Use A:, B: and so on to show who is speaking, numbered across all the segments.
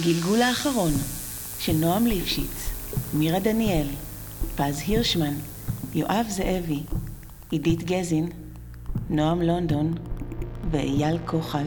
A: הגלגול האחרון של נועם ליפשיץ, מירה דניאל, פז הירשמן, יואב זאבי, עידית גזין, נועם לונדון ואייל כוחל.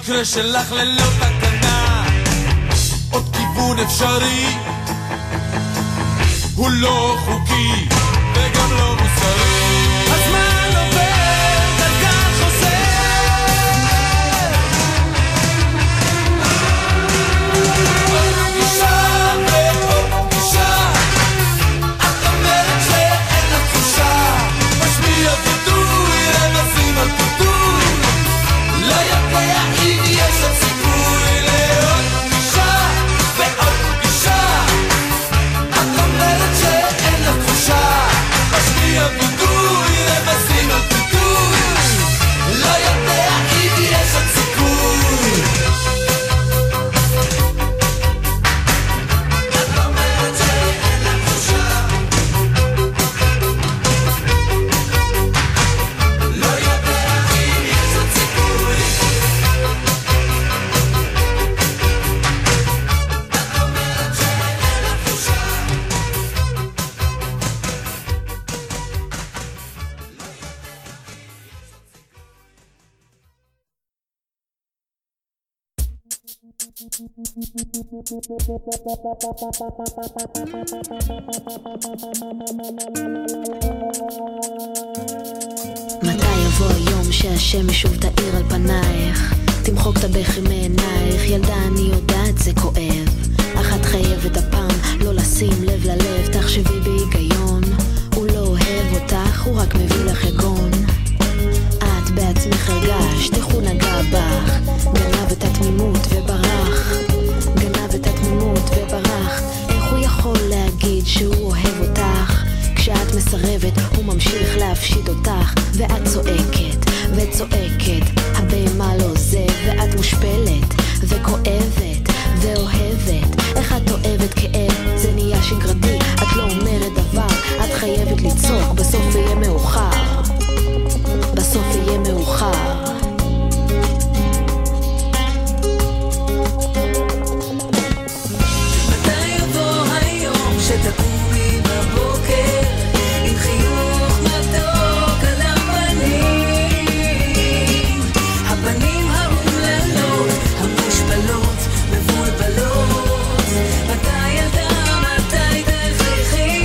B: המקרה שלך ללא תקנה, עוד כיוון אפשרי, הוא לא חוקי וגם לא מוסרי. הזמן עובר, גלגל חוזר, עוד פגישה ועוד פגישה, את אומרת שאין לך תחושה, משמיע ביטוי, רמזים על פיתוי, לא יודע אם יש עוד סיכוי לעוד פגישה ועוד פגישה, את אומרת שאין לך תחושה, משמיע ביטוי, רמזים על פיתוי, לא יודע אם יש עוד סיכוי. את אומרת שאין לך תחושה, לא יודע אם יש עוד סיכוי. את אומרת שאין לך תחושה.
C: מתי יבוא היום שהשמש שוב תאיר על פנייך, תמחוק את הבכי מעינייך, ילדה אני יודעת זה כואב, אך את חייבת הפעם לא לשים לב ללב, תחשבי בהיגיון, הוא לא אוהב אותך, הוא רק מביא לך יגון, את בעצמך הרגשת איך הוא נגע בך, גנב את התמימות וברח, גנב את התמימות וברח, איך הוא יכול להגיד שהוא אוהב אותך, כשאת מסרבת הוא ממשיך להפשיט אותך, ואת צועקת וצועקת, הבהמה לא זה, ואת מושפלת וכואבת ואוהבת, איך את אוהבת כאב, זה נהיה שגרתי, את לא אומרת דבר, את חייבת לצעוק, בסוף יהיה מאוחר, בסוף יהיה מאוחר.
D: מתי יבוא היום שתקומי בבוקר עם חיוך מתוק על הפנים, הפנים האומללות, המושפלות, מבולבלות, מתי ילדה, מתי תחייכי,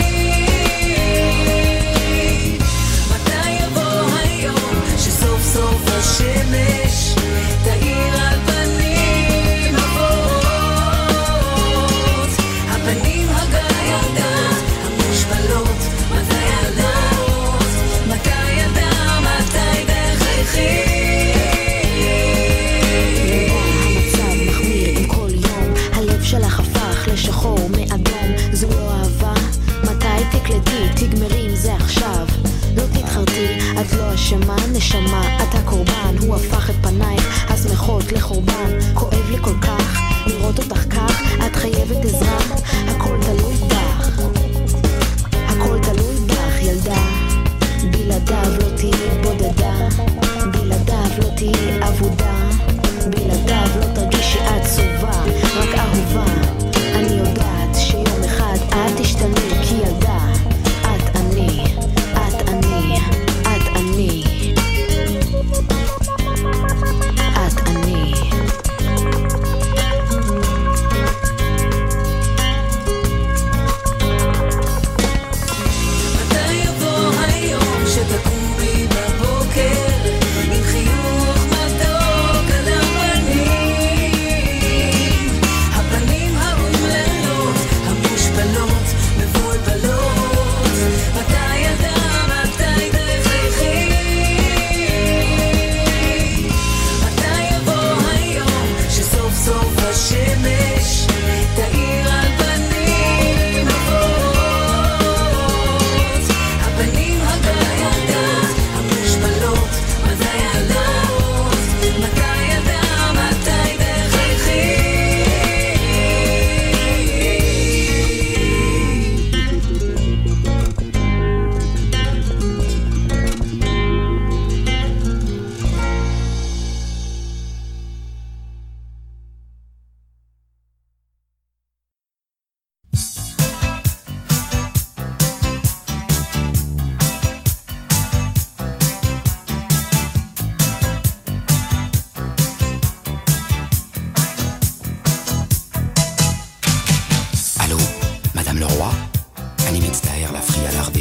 D: מתי יבוא היום שסוף סוף השמש תאיר על פנים אבות, הפנים הגיידות, המושפלות, מתי ילדות, מתי ילדה, מתי תחייכי.
C: המצב מחמיר עם כל יום, הלב שלך הפך לשחור מאדום, זו לא אהבה, מתי תקלטי, תגמרי עם זה עכשיו, לא תתחרטי, את לא אשמה נשמה, את הקורבן, הוא הפך את פנייך השמחות לחורבן, כואב לי כל כך לראות אותך כך, את חייבת עזרה, הכל תלוי בך, הכל תלוי בך ילדה, בלעדיו לא תהיי בודדה, בלעדיו לא תהיי עבודה, בלעדיו לא תרגישי עצובה, רק אהובה, אני יודעת שיום אחד את תשתני, כי ילדה, את אני, את אני, את אני, את אני.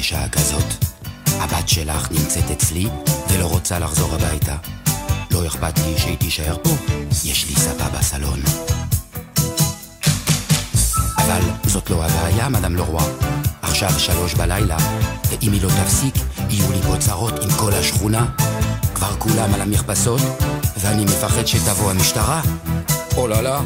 E: בשעה כזאת? הבת שלך נמצאת אצלי ולא רוצה לחזור הביתה. לא אכפת לי שהיא תישאר פה, יש לי ספה בסלון. אבל זאת לא הבעיה, מדאם לרוע. עכשיו 3 בלילה, ואם היא לא תפסיק, יהיו לי פה צרות עם כל השכונה. כבר כולם על המרפסות, ואני מפחד שתבוא המשטרה. או לא לא.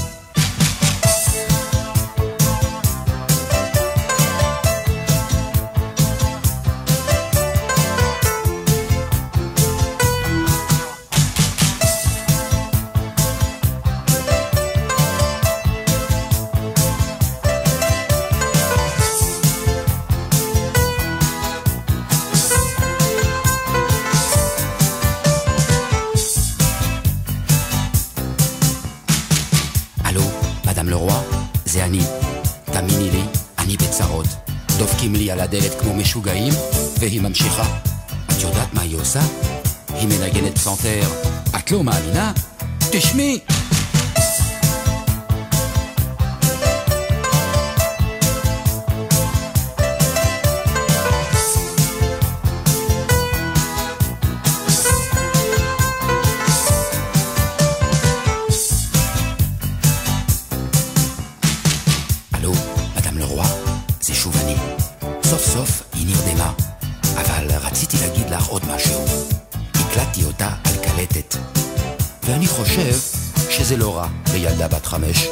E: על הדלת כמו משוגעים, והיא ממשיכה. את יודעת מה היא עושה? היא מנגנת פסנתר. את לא מאמינה? תשמעי! אלו, מדאם לרוע, זה שוב אני. סוף סוף היא נרדמה, אבל רציתי להגיד לך עוד משהו. הקלטתי אותה על קלטת, ואני חושב שזה לא רע לילדה בת 5.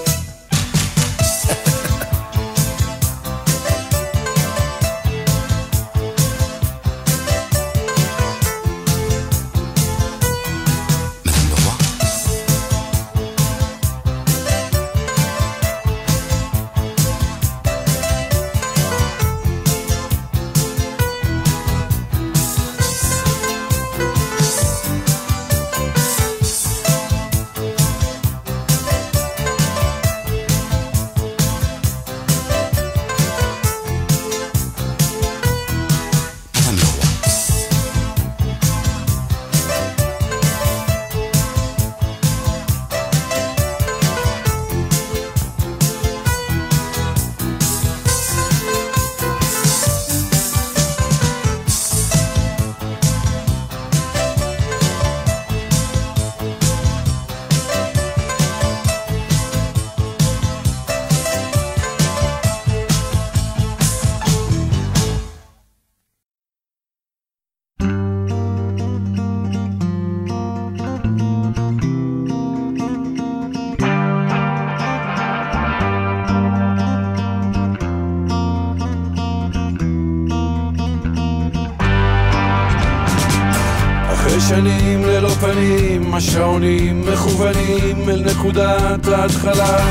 F: שנים ללא פנים, השעונים מכוונים אל נקודת ההתחלה.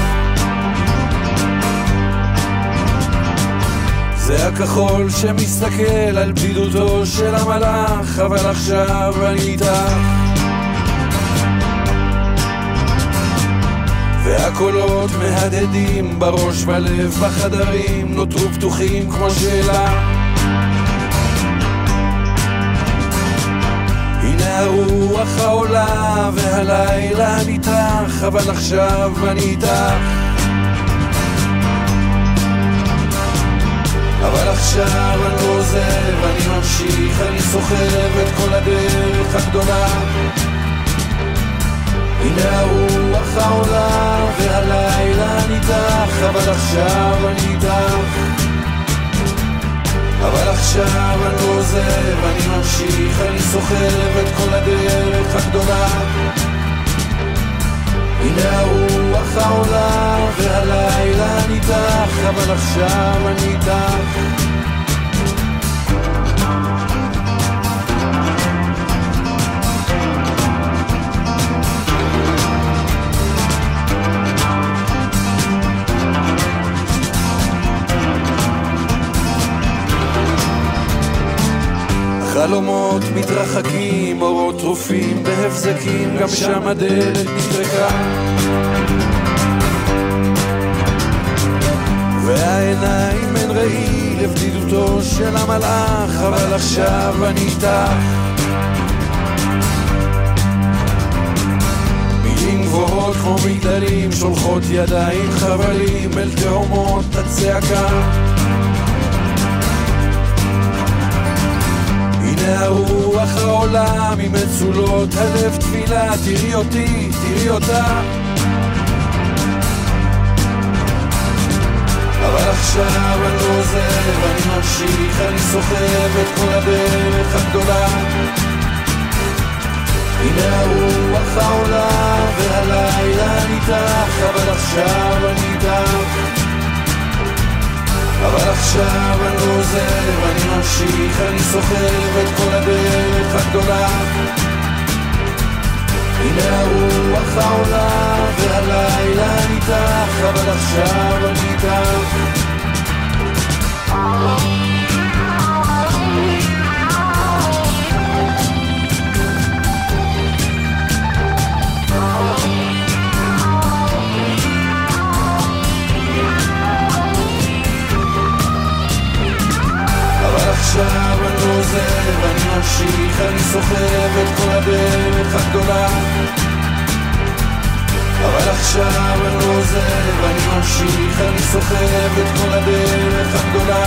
F: זה הכחול שמסתכל על בדידותו של המלאך, אבל עכשיו אני איתך. והקולות מהדהדים בראש בלב בחדרים, נותרו פתוחים כמו שאלה. הרוח העולה והלילה אני איתך, אבל עכשיו אני איתך. אבל עכשיו אני לא עוזב, אני ממשיך, אני סוחב את כל הדרך הגדולה. הנה הרוח העולה והלילה אני איתך, אבל עכשיו אני איתך. אבל עכשיו אני לא עוזב, אני ממשיך, אני סוחב את כל הדרך הגדולה. הנה הרוח העולה והלילה אני איתך, אבל עכשיו אני איתך. חלומות מתרחקים, אורות טרופים בהבזקים, גם שם הדלת נטרקה. והעיניים הן ראי לבדידותו של המלאך, אבל עכשיו אני איתך. מילים גבוהות כמו מגדלים, שולחות ידיים חבלים אל תהומות הצעקה. רוח העולם עם מצולות הלב תפילה, תראי אותי, תראי אותה. אבל עכשיו אני לא עוזב, אני ממשיך, אני סוחב את כל הדרך הגדולה. הנה הרוח העולה והלילה אני איתך, אבל עכשיו אני איתך. אבל עכשיו אני לא עוזב, אני ממשיך, אני סוחב את כל הדרך הגדולה. הנה הרוח העולה והלילה אני איתך, אבל עכשיו אני איתך. עכשיו אני לא עוזב, אני ממשיך, אני סוחב את כל הדרך הגדולה. אבל עכשיו אני לא עוזב, אני ממשיך, אני סוחב את כל הדרך הגדולה.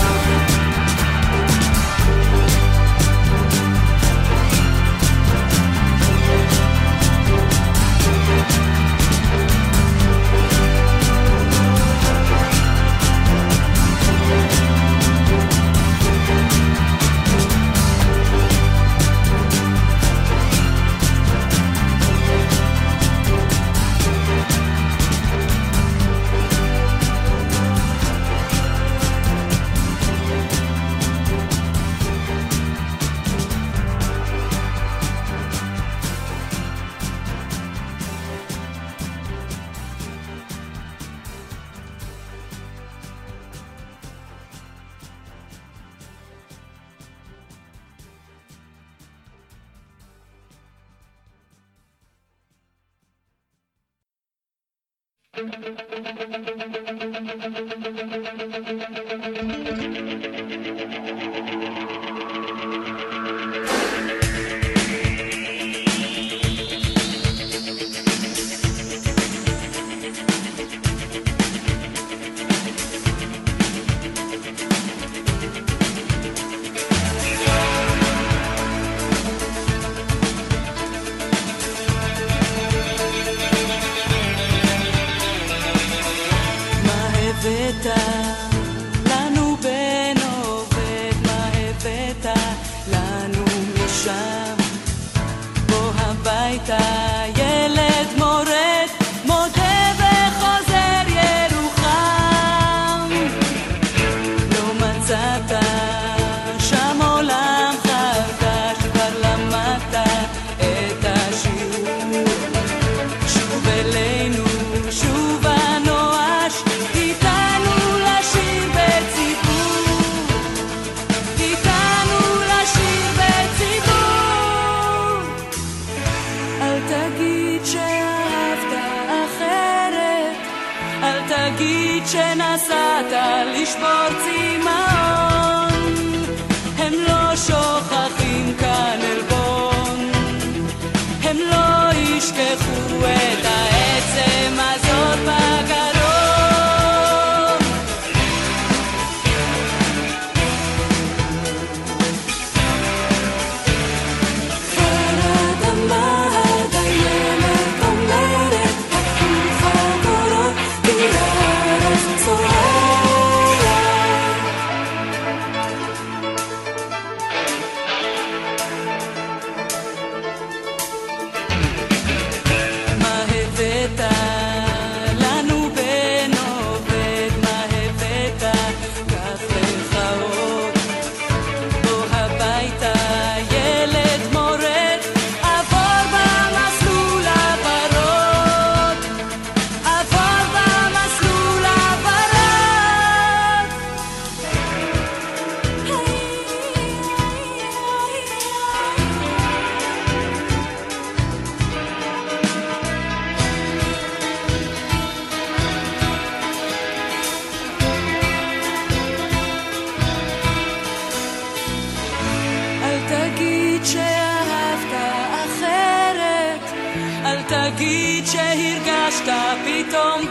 D: תגיד שהרגשת פתאום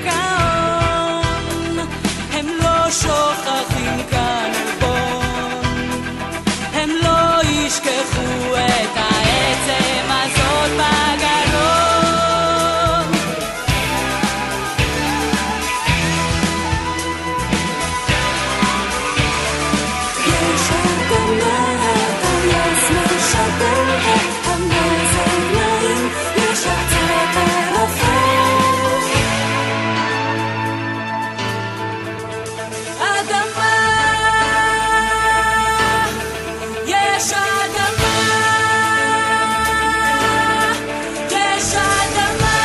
D: דיכאון, הם לא שוכחים כאן עלבון, הם לא ישכחו תשכחו את העצם הזאת בגרון.
G: יש הגמרת, המזמן שברת, המזל נעים, יש קצת ערפל.
D: אדמה, יש אדמה, יש אדמה.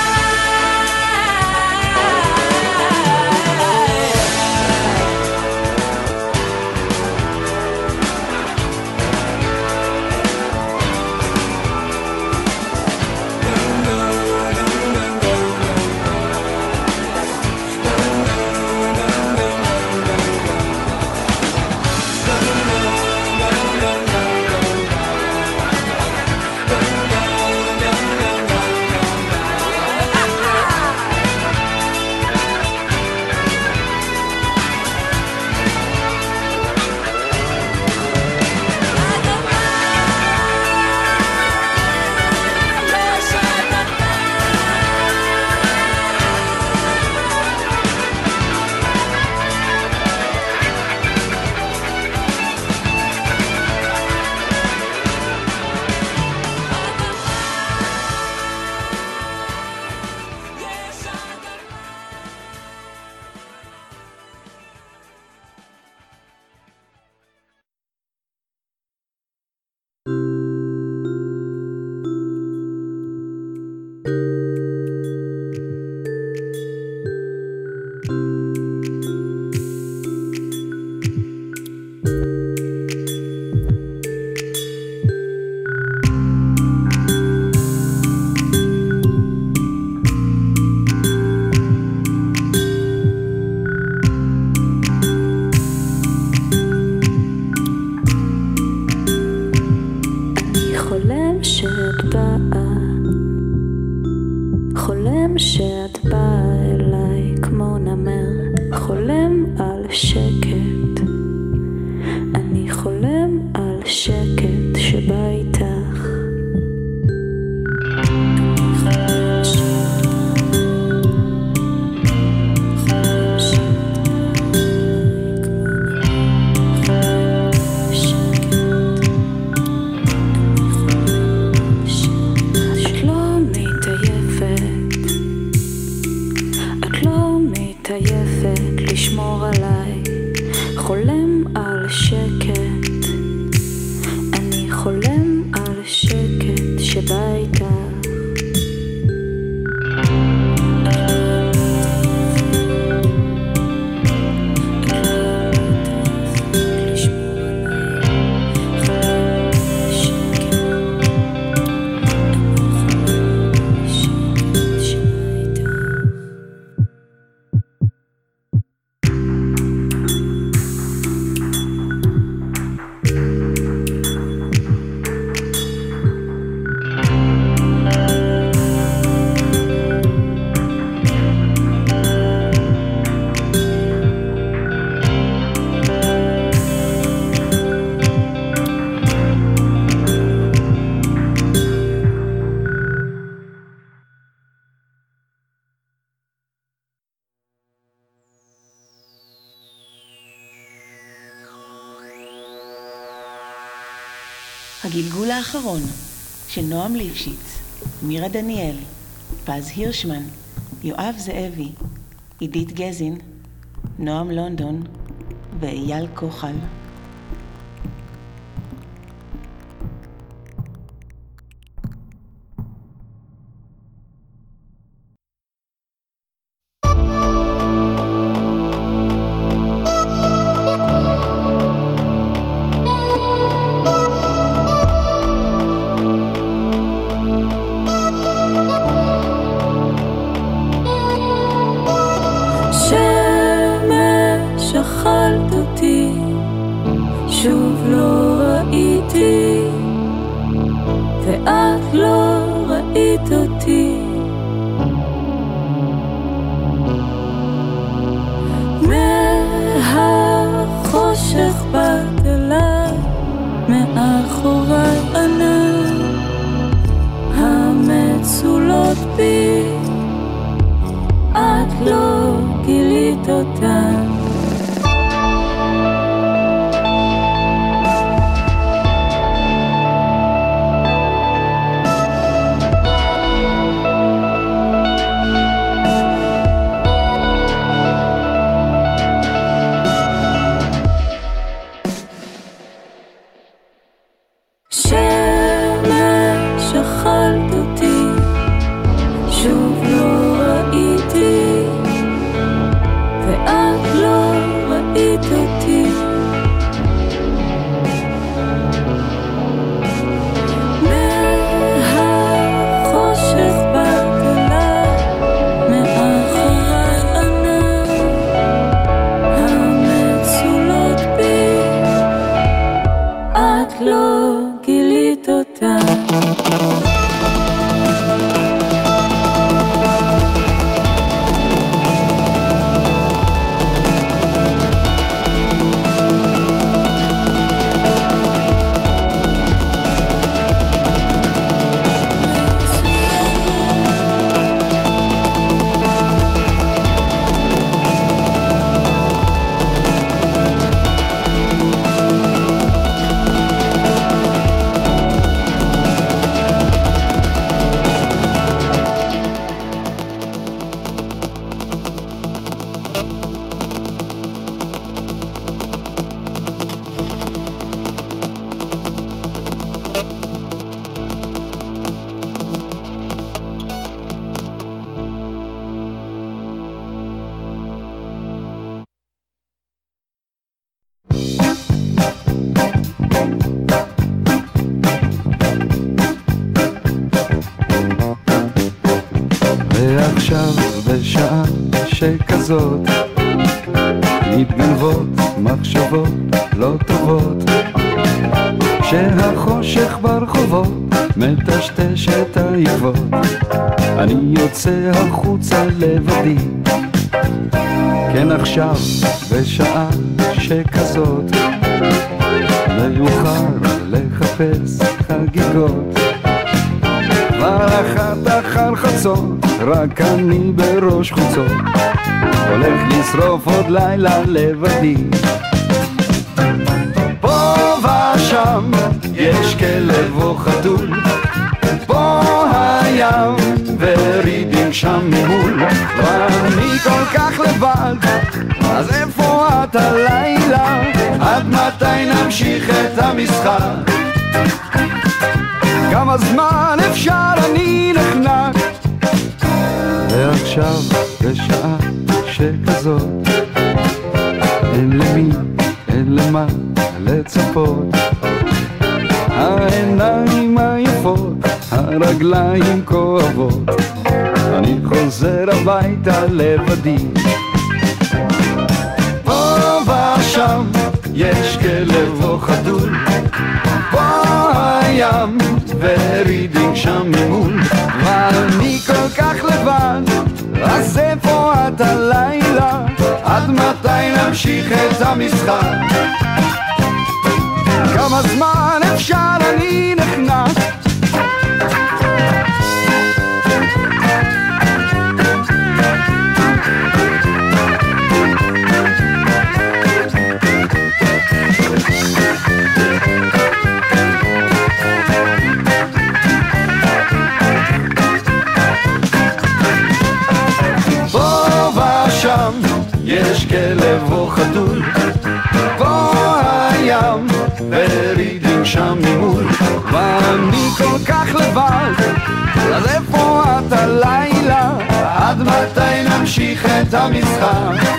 C: חולם שאת באה אליי כמו נמר, חולם על שקט. אני חולם על שקט שבא איתך. לשמור עליי, חולם על שקט. אני חולם על שקט שבא איתך.
A: הגלגול האחרון של נועם ליפשיץ, מירה דניאל, פז הירשמן, יואב זאבי, עידית גזין, נועם לונדון ואייל כוחל.
G: אכלת אותי, שוב לא ראיתי, ואת לא ראית אותי. מהחושך באת אליי, מאחוריי בי, את לא גילית אותה.
H: ועכשיו בשעה שכזאת מתגנבות מחשבות לא טובות, שהחושך ברחובות מטשטש את העקבות, אני יוצא החוצה לבדי. כן עכשיו בשעה שכזאת מאוחר לחפש חגיגות, כבר אחת אחר חצות רק אני בראש חוצות, הולך לשרוף עוד לילה לבדי. פה ושם יש כלב או חתול, פה הים ורידים שם ממול, ואני כל כך לבד, אז איפה את הלילה? עד מתי נמשיך את המשחק? כמה זמן אפשר אני נחנק? ועכשיו בשעה שכזאת אין למי, אין למה לצפות, העיניים עייפות, הרגליים כואבות, אני חוזר הביתה לבדי. פה ושם יש כלב או חתול, פה הים ורידים שם ממול, ואני כל כך לבד, אז איפה את הלילה? עד מתי נמשיך את המשחק? כמה זמן אפשר אני נחנק? יש כלב או חתול, פה הים ורידים שם ממול, ואני כל כך לבד, אז איפה את הלילה? עד מתי נמשיך את המשחק?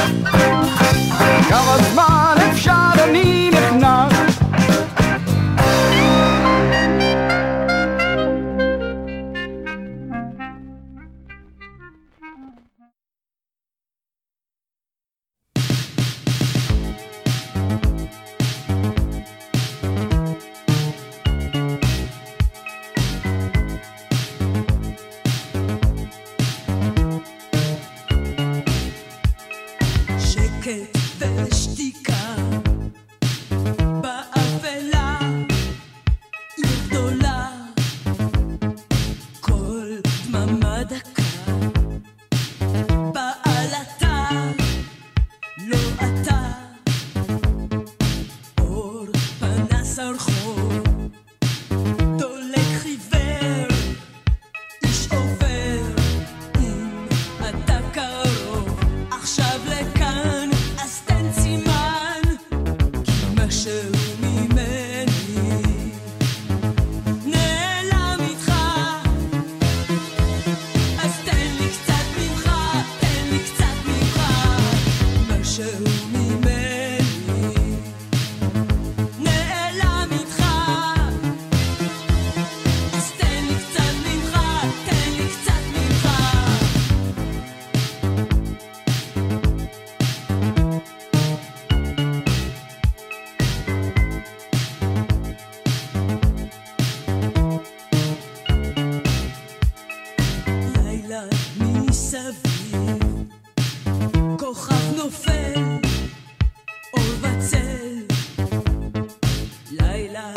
H: כמה זמן אפשר אני נחנק?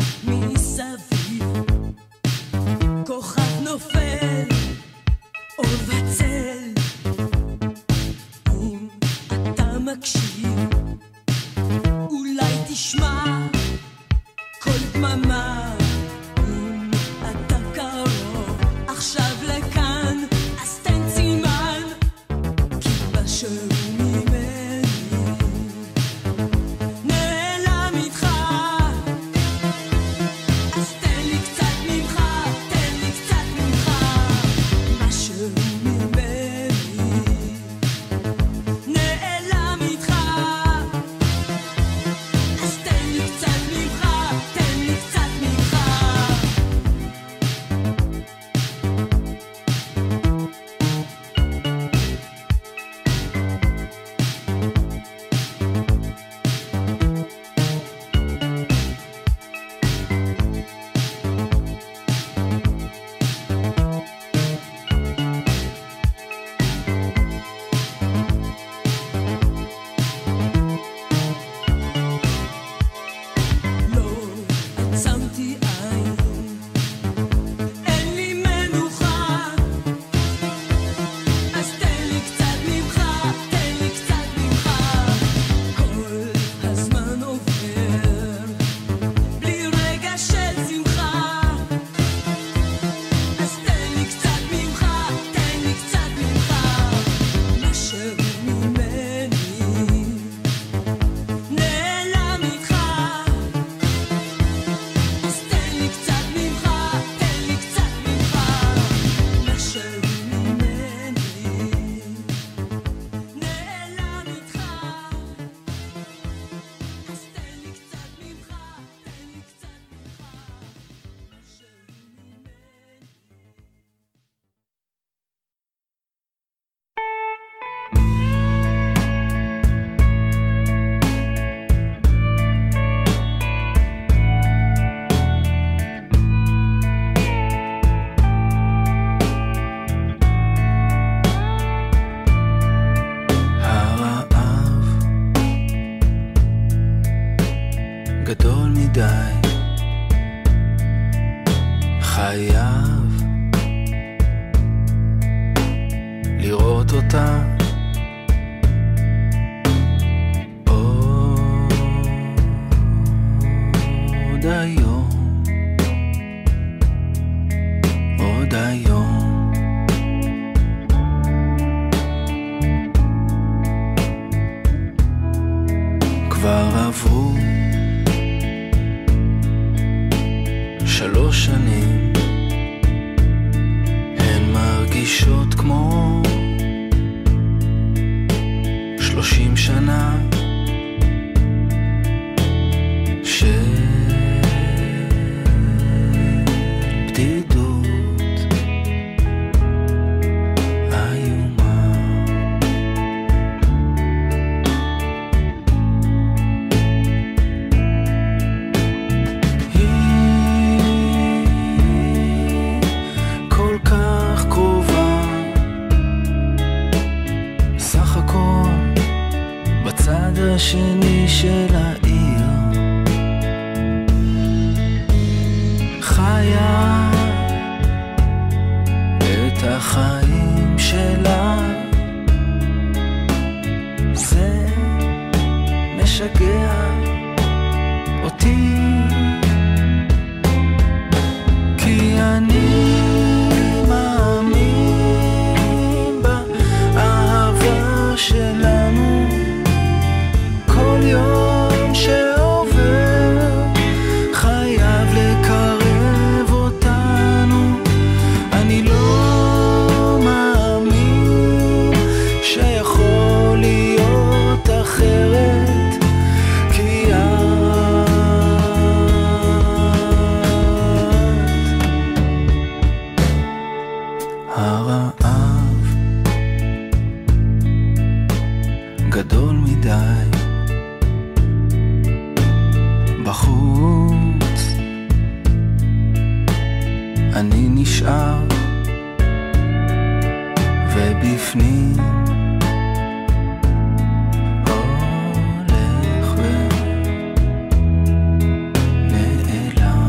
I: הולך ונעלם.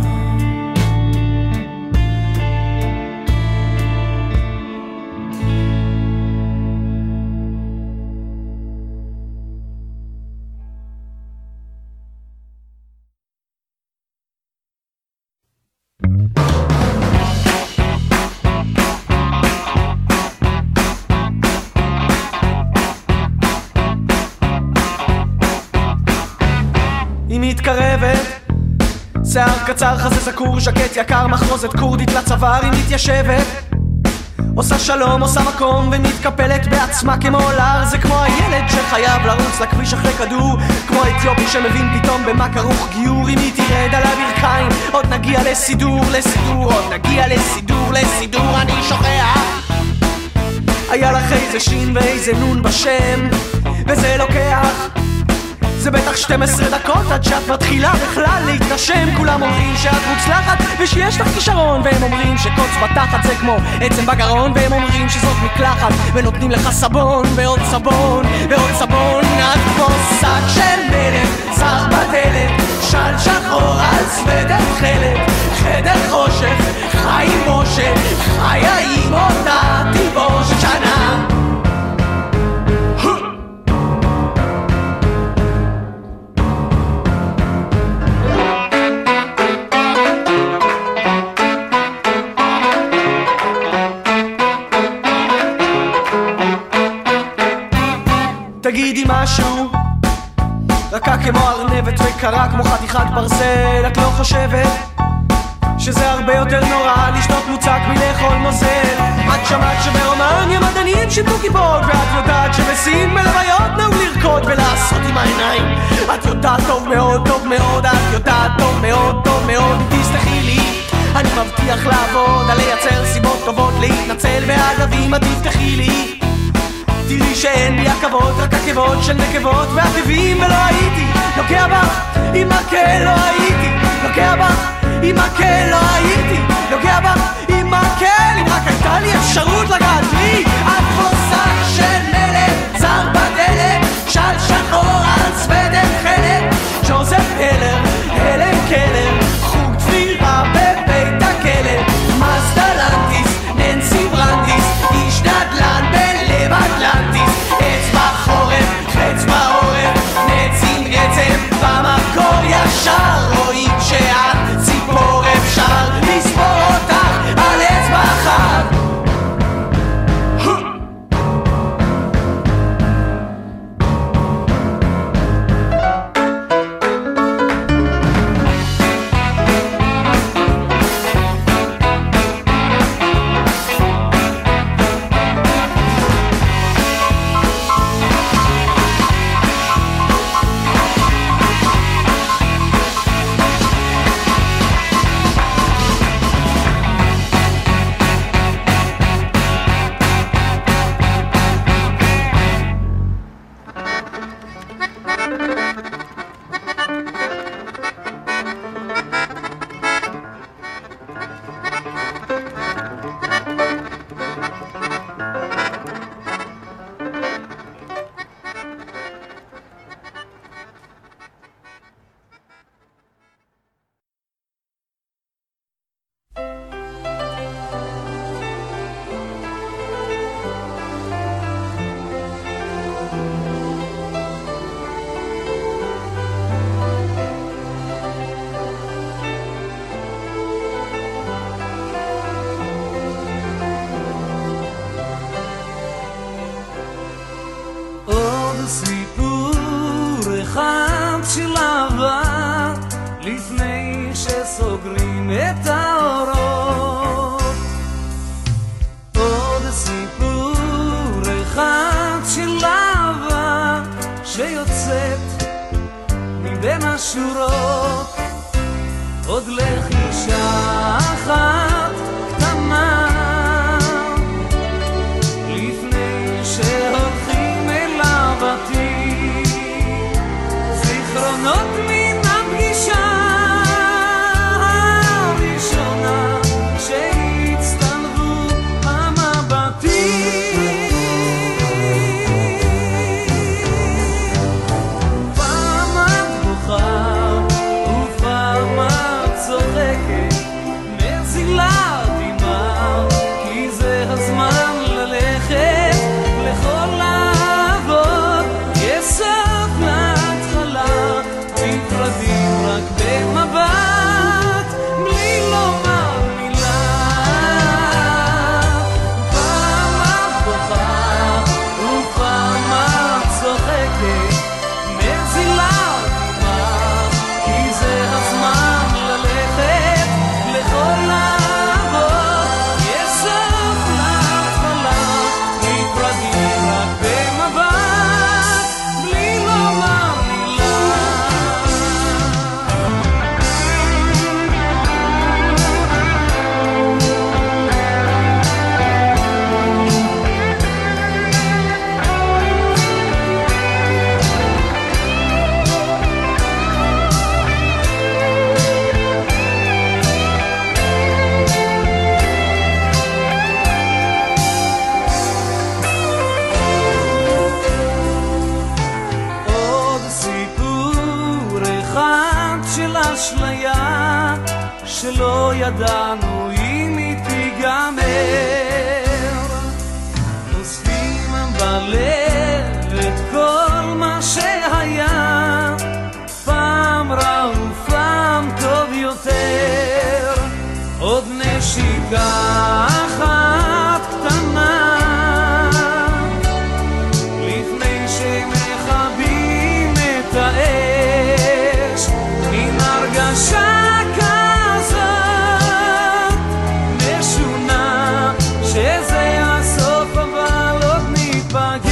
I: מתקרבת, שיער קצר, חזה זקור, ז'קט יקר, מחרוזת קורדית לצוואר, היא מתיישבת, עושה שלום, עושה מקום ומתקפלת בעצמה כמו לאר. זה כמו הילד שחייב לרוץ לכביש אחרי כדור, כמו האתיופי שמבין פתאום במה כרוך גיור. אם היא תרד על הברכיים עוד נגיע לסידור, עוד נגיע לסידור, אני שוכח. היה לך איזה שין ואיזה נון בשם, וזה לוקח, זה בטח 12 דקות עד שאת מתחילה בכלל להתנשם. כולם אומרים שאת מוצלחת ושיש לך כישרון, והם אומרים שקוץ בתחת זה כמו עצם בגרון, והם אומרים שזאת מקלחת ונותנים לך סבון ועוד סבון ועוד סבון. את כמו שק של מלך זר בדלת, של שחור על סוודר תכלת, חדר חושך חי עם משה, חיה עם אותה תלבושת שנה. תגידי משהו, רכה כמו ארנבת וקרה כמו חתיכת ברזל. את לא חושבת שזה הרבה יותר נורא לשתות מוצק מלאכול נוזל? את שמעת שברומניה מדענים שיתו כיפות, ואת יודעת שבסין בלוויות נהוג לרקוד ולעשות עם העיניים. את יודעת טוב מאוד, טוב מאוד, את יודעת טוב מאוד, טוב מאוד. תסלחי לי, אני מבטיח לעבוד על לייצר סיבות טובות להתנצל, ואגב אם את תפתחי לי תראי שאין לי עקבות, רק עקבות של נקבות ועקבים. ולא הייתי לוקח בך עם מקל, לא הייתי לוקח בך עם מקל, לא הייתי לוקח בך עם מקל, אם רק הייתה לי אפשרות לגעת לי. את כמו שק של מלך זר בדלת, של שחור על סוודר תכלת, ג'וזף הלר, הלם קלר, חוג תפירה בבית הכלא, מזדה לנטיס, ננסי ברנדיס, איש נדל"ן בלב אטלנטיס, אצבע חורף, חץ בעורף, נצים עצם במקור ישר, רואים שאת ציפור, אפשר לספור אותך על אצבע אחת. לא ידענו אם היא תיגמר. נוספים בלב את כל מה שהיה, פעם רע ופעם טוב יותר. עוד נשיקה אחת קטנה לפני שמכבים את האש, מן הרגשה כזאת משונה שזה הסוף אבל עוד ניפגש.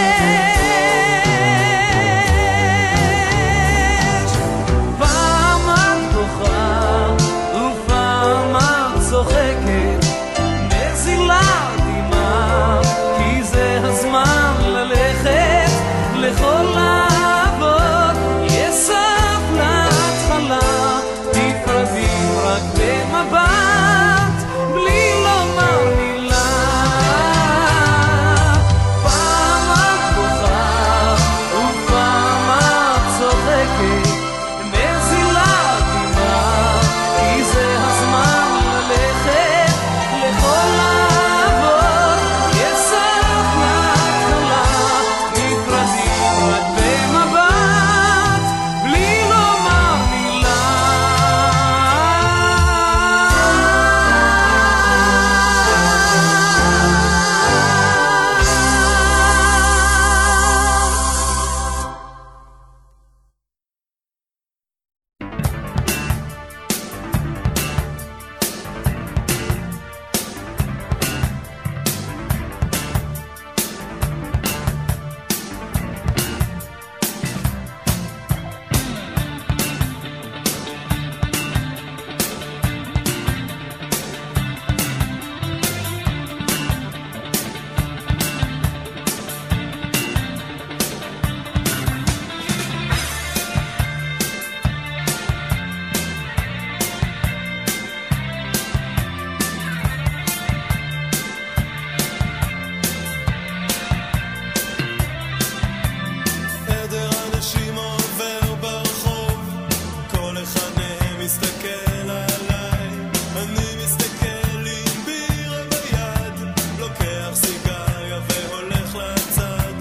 I: פעם את בוכה ופעם את צוחקת, נזילה דמעה, כי זה הזמן ללכת לכל לעבוד. יש סוף להתחלה, נפרדים רק במבט בלי לומר מילה. פעם את בוכה ופעם את צוחקת, נזילה דמעה, כי זה הזמן ללכת לכל לעבוד. יש סוף להתחלה, נפרדים רק במבט בלי לומר מילה.
J: עדר אנשים עובר ברחוב, כל אחד מהם מסתכל עליי, אני מסתכל עם בירה ביד, לוקח סיגריה והולך לצד.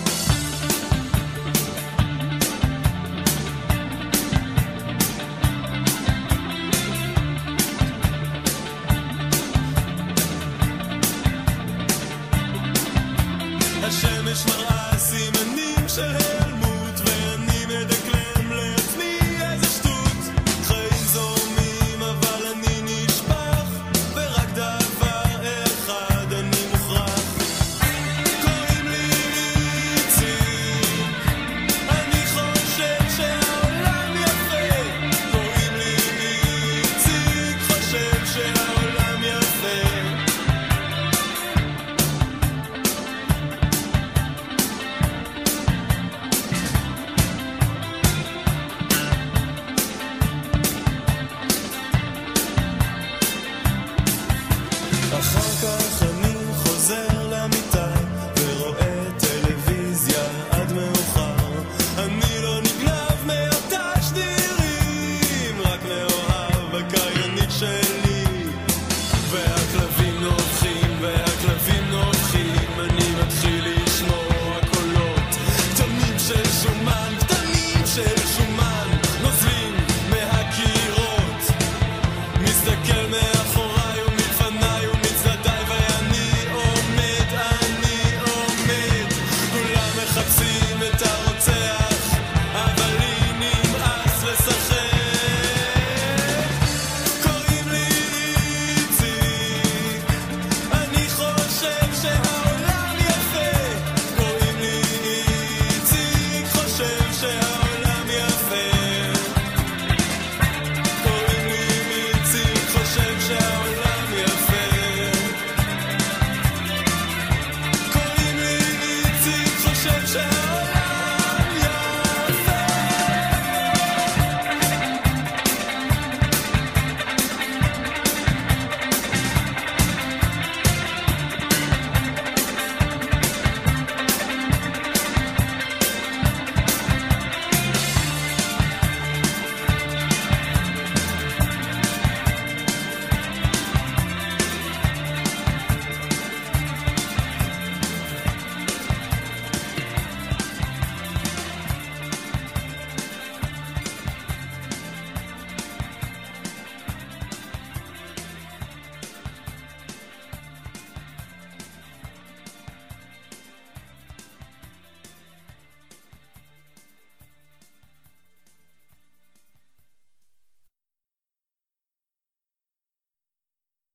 J: השמש מראה סימנים של העלמות, ואני מדקלם לעצמי איזה שטות. חיים זורמים אבל אני נשפך, ורק דבר אחד אני מוכרח. קוראים לי איציק, אני חושב שהעולם יפה. קוראים לי איציק, חושב שהעולם יפה. אחר כך אני חוזר למיטה ורואה טלוויזיה עד מאוחר. אני לא נגנב מהתשדירים, רק מאוהב בקריינית שלי. והכלבים נובחים והכלבים נובחים, אני מתחיל לשמוע קולות קטנים של שומן, קטנים של שומן, נוזלים מהקירות. מסתכל מאחוריי ומלפניי ומצדדיי, ואני עומד, כולם מחפשים את הרוצח, אבל לי נמאס לשחק. קוראים לי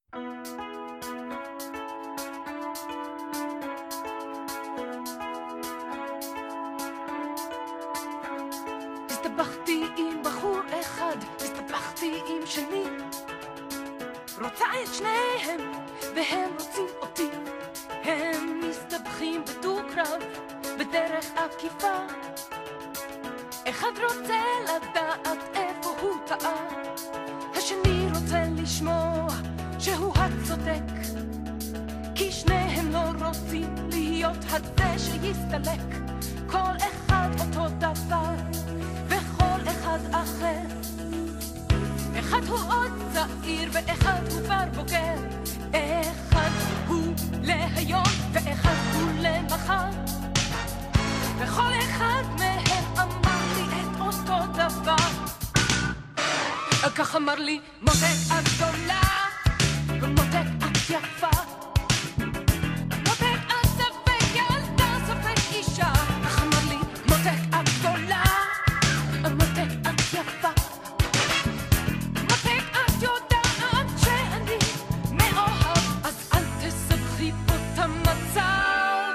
K: הסתבכתי עם בחור אחד, הסתבכתי עם שני, רוצה את שניהם והם רוצים אותי. הם מסתבכים בדו-קרב בדרך עקיפה, אחד רוצה לדעת איפה הוא טעה, השני רוצה לשמוע שהוא הצודק, כי שניהם לא רוצים להיות הזה שיסתלק. כל אחד אותו דבר וכל אחד אחר, אחד הוא עוד צעיר ואחד הוא כבר בוגר, אחד הוא להיום ואחד הוא למחר, וכל אחד מהם אמר לי את אותו דבר. כך אמר לי מותק את גדולה ומותק את יפה, מותק את ספק ילדה ספק אישה. כך אמר לי מותק את גדולה מותק את יפה, מותק את יודעת שאני מאוהב, אז אל תסבכי פה את המצב.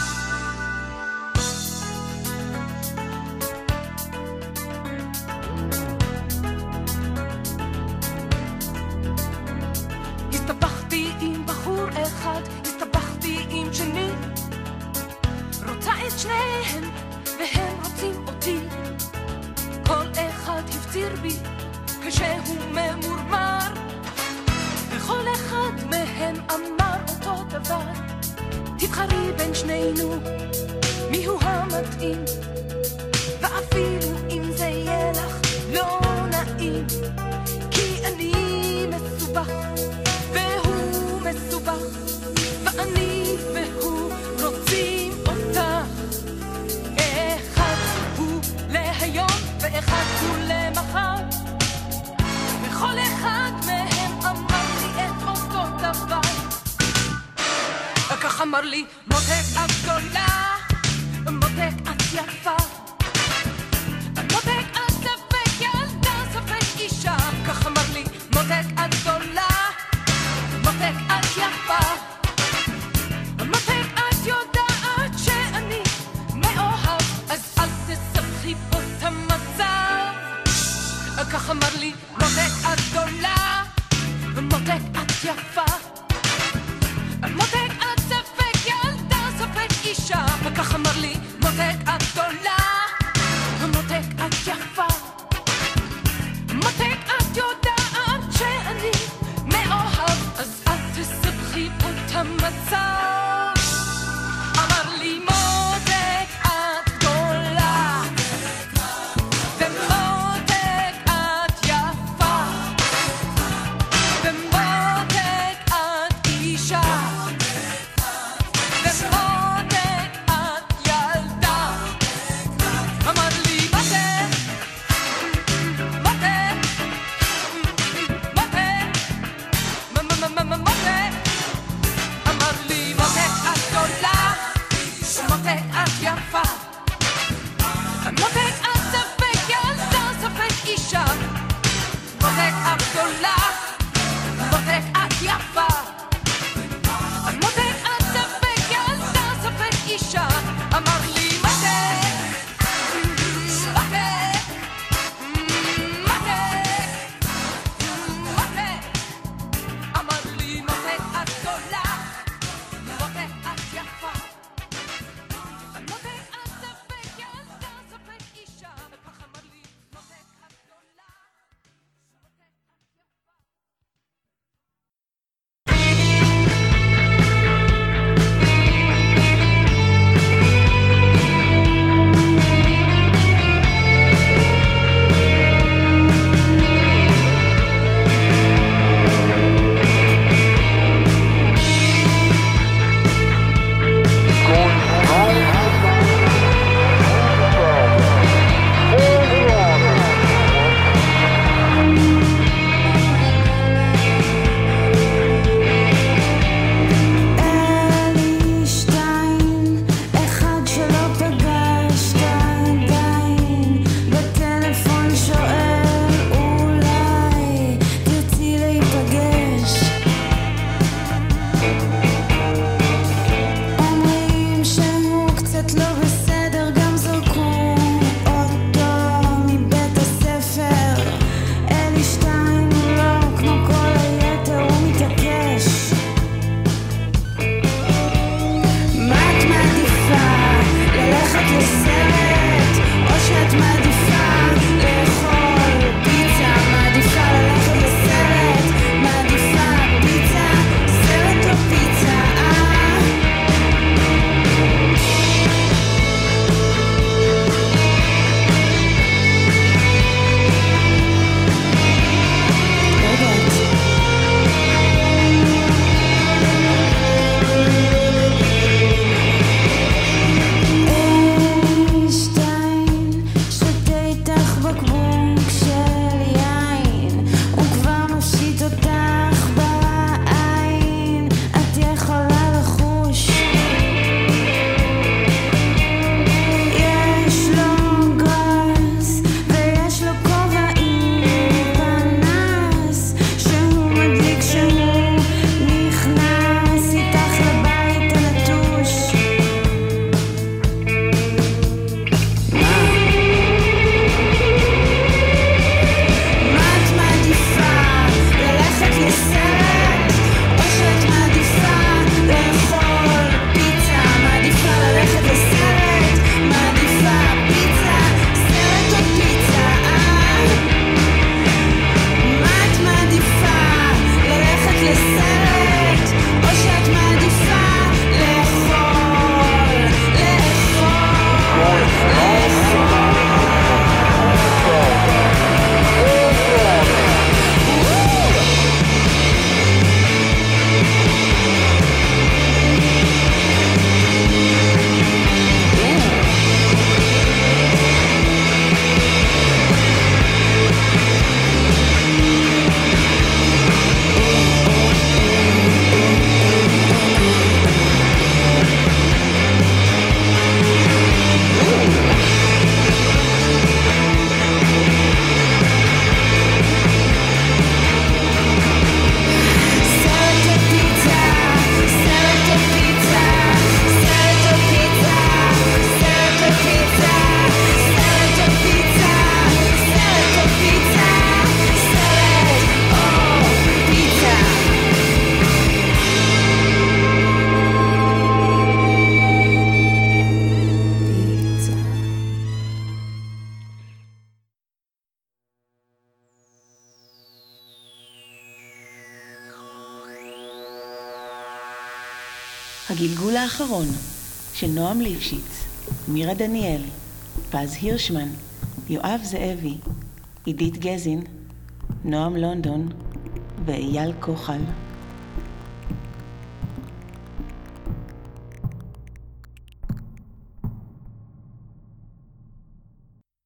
K: הסתבכתי עם בחור אחד, הסתבכתי עם שני, רוצה את שניהם והם רוצים אותי. כל אחד הפציר בי כשהוא ממורמר, וכל אחד מהם אמר אותו דבר. תבחרי בין שנינו מיהו המתאים, ואפילו אם זה יהיה לך לא נעים, כי אני מסובך והוא מסובך, ואני והוא רוצים אותך. אחד הוא להיום ואחד הוא למחר, וכל אחד מהם אמר לי את אותו דבר. כך אמר לי מותק את גדולה מותק את יפה, מותק את ספק ילדה ספק אישה. כך אמר לי מותק את גדולה מותק את יפה, מותק את יודעת שאני מאוהב, אז אל תסבכי פה את המצב. כך אמר לי מותק את גדולה מותק את יפה, מותק את ספק ילדה ספק אישה.
A: הגלגול האחרון של נועם ליפשיץ, מירה דניאל, פז הירשמן, יואב זאבי, עידית גזין, נועם לונדון ואייל כוחל.